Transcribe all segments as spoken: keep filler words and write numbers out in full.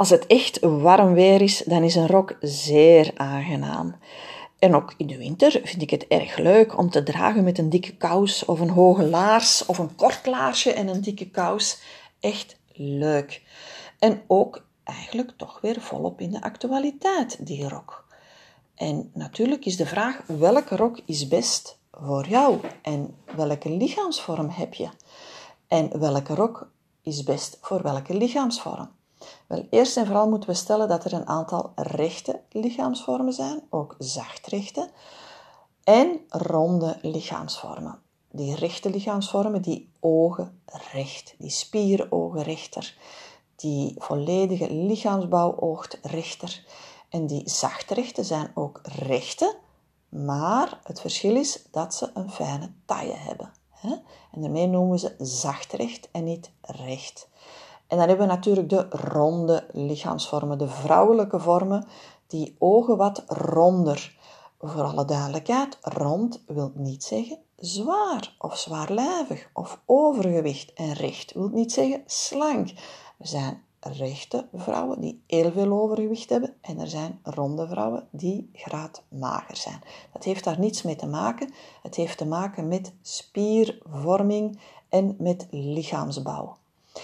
Als het echt warm weer is, dan is een rok zeer aangenaam. En ook in de winter vind ik het erg leuk om te dragen met een dikke kous of een hoge laars of een kort laarsje en een dikke kous. Echt leuk. En ook eigenlijk toch weer volop in de actualiteit, die rok. En natuurlijk is de vraag, welke rok is best voor jou? En welke lichaamsvorm heb je? En welke rok is best voor welke lichaamsvorm? Wel, eerst en vooral moeten we stellen dat er een aantal rechte lichaamsvormen zijn, ook zachtrechte, en ronde lichaamsvormen. Die rechte lichaamsvormen, die ogen recht, die spierogen rechter, die volledige lichaamsbouw oogt rechter. En die zachtrechte zijn ook rechte, maar het verschil is dat ze een fijne taille hebben. En daarmee noemen we ze zachtrecht en niet recht. En dan hebben we natuurlijk de ronde lichaamsvormen, de vrouwelijke vormen, die ogen wat ronder. Voor alle duidelijkheid, rond wil niet zeggen zwaar of zwaarlijvig of overgewicht. En recht wil niet zeggen slank. Er zijn rechte vrouwen die heel veel overgewicht hebben en er zijn ronde vrouwen die graadmager zijn. Dat heeft daar niets mee te maken. Het heeft te maken met spiervorming en met lichaamsbouw.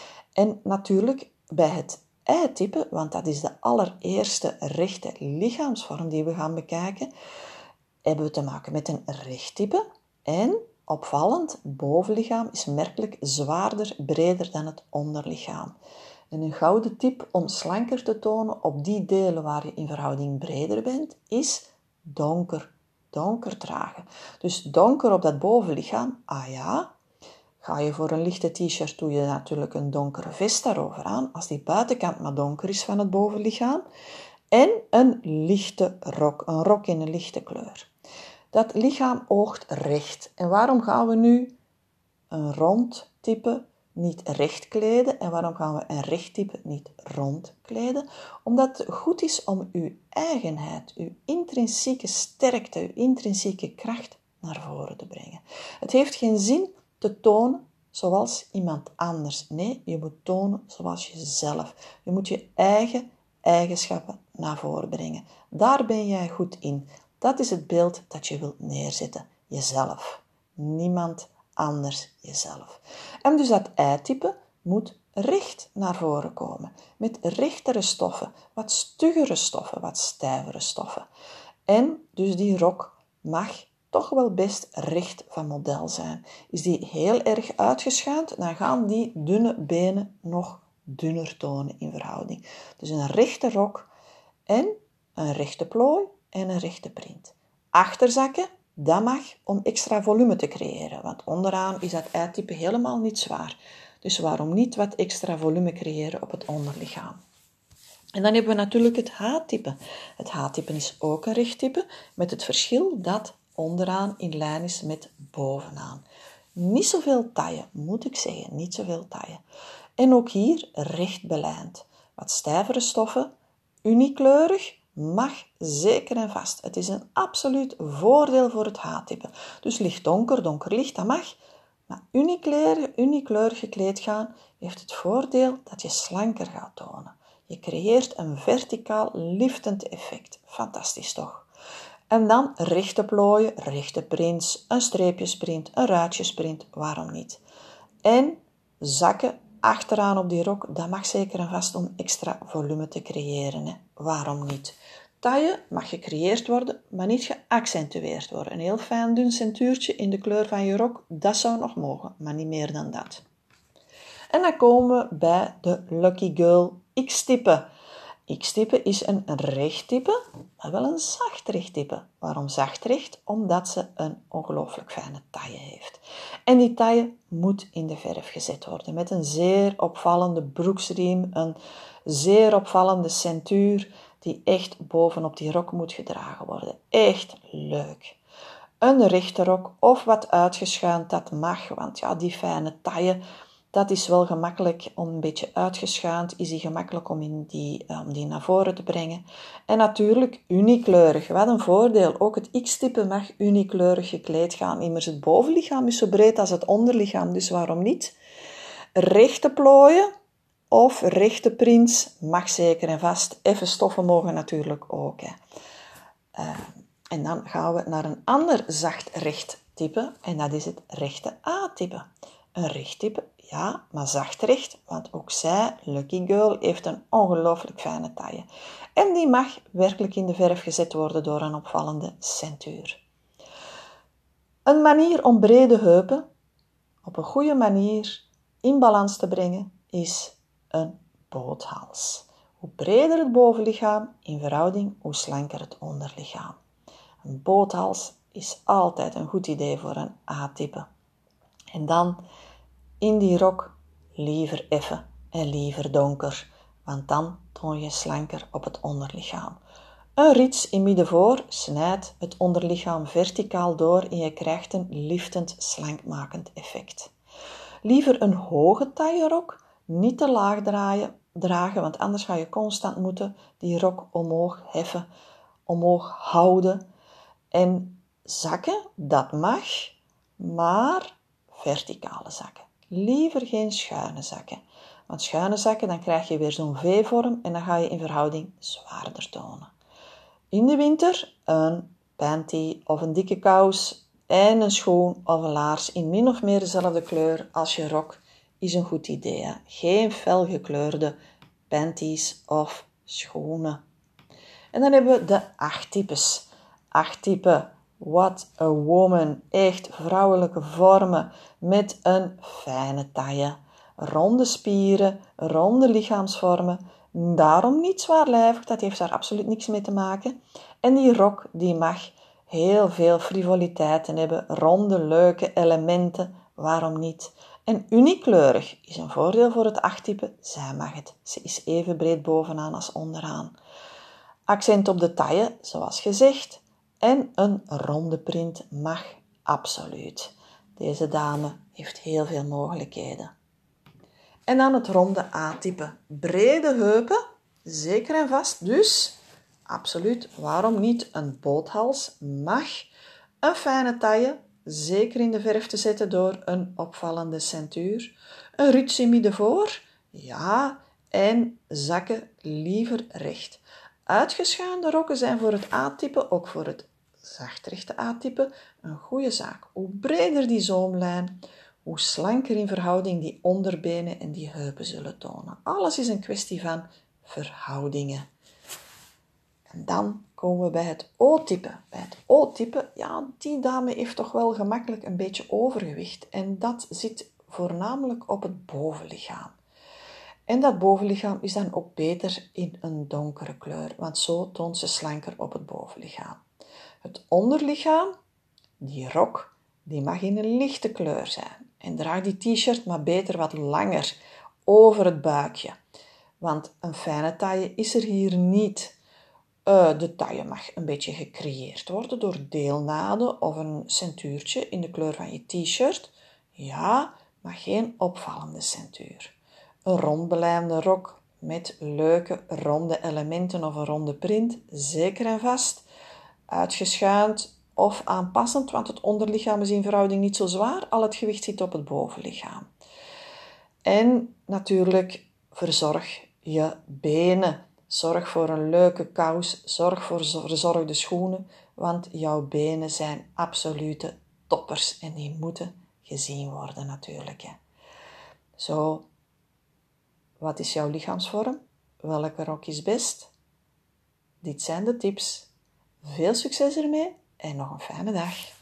En natuurlijk bij het ei-type, want dat is de allereerste rechte lichaamsvorm die we gaan bekijken, hebben we te maken met een rechttype. En opvallend, bovenlichaam is merkelijk zwaarder, breder dan het onderlichaam. En een gouden tip om slanker te tonen op die delen waar je in verhouding breder bent, is donker. Donker dragen. Dus donker op dat bovenlichaam, ah ja. Ga je voor een lichte t-shirt, doe je natuurlijk een donkere vest daarover aan, als die buitenkant maar donker is van het bovenlichaam. En een lichte rok, een rok in een lichte kleur. Dat lichaam oogt recht. En waarom gaan we nu een rond type niet recht kleden? En waarom gaan we een recht type niet rond kleden? Omdat het goed is om uw eigenheid, uw intrinsieke sterkte, uw intrinsieke kracht naar voren te brengen. Het heeft geen zin te tonen zoals iemand anders. Nee, je moet tonen zoals jezelf. Je moet je eigen eigenschappen naar voren brengen. Daar ben jij goed in. Dat is het beeld dat je wilt neerzetten. Jezelf. Niemand anders, jezelf. En dus dat ei-type moet recht naar voren komen. Met rechtere stoffen, wat stuggere stoffen, wat stijvere stoffen. En dus die rok mag toch wel best recht van model zijn. Is die heel erg uitgeschaand, dan gaan die dunne benen nog dunner tonen in verhouding. Dus een rechte rok en een rechte plooi en een rechte print. Achterzakken, dat mag om extra volume te creëren, want onderaan is dat ei-type helemaal niet zwaar. Dus waarom niet wat extra volume creëren op het onderlichaam? En dan hebben we natuurlijk het H-type. Het H-type is ook een rechttype, met het verschil dat onderaan in lijn is met bovenaan. Niet zoveel taille, moet ik zeggen, niet zoveel taille. En ook hier recht belijnd. Wat stijvere stoffen, unikleurig, mag zeker en vast. Het is een absoluut voordeel voor het H-type. Dus licht donker, donker licht, dat mag. Maar unikleurig, unikleurig gekleed gaan heeft het voordeel dat je slanker gaat tonen. Je creëert een verticaal liftend effect. Fantastisch toch? En dan rechte plooien, rechte prints, een streepjesprint, een ruitjesprint, waarom niet? En zakken achteraan op die rok, dat mag zeker en vast om extra volume te creëren. Hè? Waarom niet? Taille mag gecreëerd worden, maar niet geaccentueerd worden. Een heel fijn dun centuurtje in de kleur van je rok, dat zou nog mogen, maar niet meer dan dat. En dan komen we bij de Lucky Girl X-type. X-type is een rechttype, maar wel een zacht rechttype. Waarom zacht recht? Omdat ze een ongelooflijk fijne taille heeft. En die taille moet in de verf gezet worden met een zeer opvallende broeksriem, een zeer opvallende centuur die echt bovenop die rok moet gedragen worden. Echt leuk. Een rechte rok of wat uitgeschuind, dat mag, want ja, die fijne taille, dat is wel gemakkelijk om een beetje uitgeschuind, is die gemakkelijk om, in die, om die naar voren te brengen. En natuurlijk unikleurig, wat een voordeel. Ook het X-type mag unikleurig gekleed gaan. Immers het bovenlichaam is zo breed als het onderlichaam, dus waarom niet? Rechte plooien of rechte prints, mag zeker en vast. Even stoffen mogen natuurlijk ook. Hè. Uh, en dan gaan we naar een ander zacht recht type en dat is het rechte A-type. Een recht type, ja, maar zacht recht, want ook zij, Lucky Girl, heeft een ongelooflijk fijne taille. En die mag werkelijk in de verf gezet worden door een opvallende centuur. Een manier om brede heupen op een goede manier in balans te brengen is een boothals. Hoe breder het bovenlichaam in verhouding, hoe slanker het onderlichaam. Een boothals is altijd een goed idee voor een A-type. En dan in die rok liever effen en liever donker, want dan toon je slanker op het onderlichaam. Een rits in middenvoor snijdt het onderlichaam verticaal door en je krijgt een liftend, slankmakend effect. Liever een hoge taillerok, niet te laag draaien, dragen, want anders ga je constant moeten die rok omhoog heffen, omhoog houden. En zakken, dat mag, maar verticale zakken. Liever geen schuine zakken. Want schuine zakken, dan krijg je weer zo'n V-vorm en dan ga je in verhouding zwaarder tonen. In de winter een panty of een dikke kous en een schoen of een laars in min of meer dezelfde kleur als je rok is een goed idee. Hè? Geen felgekleurde panties of schoenen. En dan hebben we de acht types. Acht typen. What a woman. Echt vrouwelijke vormen met een fijne taille. Ronde spieren, ronde lichaamsvormen. Daarom niet zwaarlijvig, dat heeft daar absoluut niks mee te maken. En die rok die mag heel veel frivoliteiten hebben, ronde, leuke elementen, waarom niet? En uniekleurig is een voordeel voor het acht-type, zij mag het. Ze is even breed bovenaan als onderaan. Accent op de taille, zoals gezegd, en een ronde print mag absoluut. Deze dame heeft heel veel mogelijkheden. En dan het ronde A-type. Brede heupen, zeker en vast. Dus, absoluut, waarom niet? Een boothals mag. Een fijne taille, zeker in de verf te zetten door een opvallende centuur. Een rits in middenvoor, ja. En zakken liever recht. Uitgeschuinde rokken zijn voor het A-type, ook voor het zachtrechte A-type, een goede zaak. Hoe breder die zoomlijn, hoe slanker in verhouding die onderbenen en die heupen zullen tonen. Alles is een kwestie van verhoudingen. En dan komen we bij het O-type. Bij het O-type, ja, die dame heeft toch wel gemakkelijk een beetje overgewicht. En dat zit voornamelijk op het bovenlichaam. En dat bovenlichaam is dan ook beter in een donkere kleur, want zo toont ze slanker op het bovenlichaam. Het onderlichaam, die rok, die mag in een lichte kleur zijn. En draag die t-shirt maar beter wat langer over het buikje. Want een fijne taille is er hier niet. Uh, de taille mag een beetje gecreëerd worden door deelnaden of een centuurtje in de kleur van je t-shirt. Ja, maar geen opvallende centuur. Een rondbelijmde rok met leuke ronde elementen of een ronde print, zeker en vast. Uitgeschuind of aanpassend, want het onderlichaam is in verhouding niet zo zwaar. Al het gewicht zit op het bovenlichaam. En natuurlijk, verzorg je benen. Zorg voor een leuke kous, zorg voor verzorgde schoenen, want jouw benen zijn absolute toppers en die moeten gezien worden natuurlijk. Hè. Zo, wat is jouw lichaamsvorm? Welke rok is best? Dit zijn de tips. Veel succes ermee en nog een fijne dag.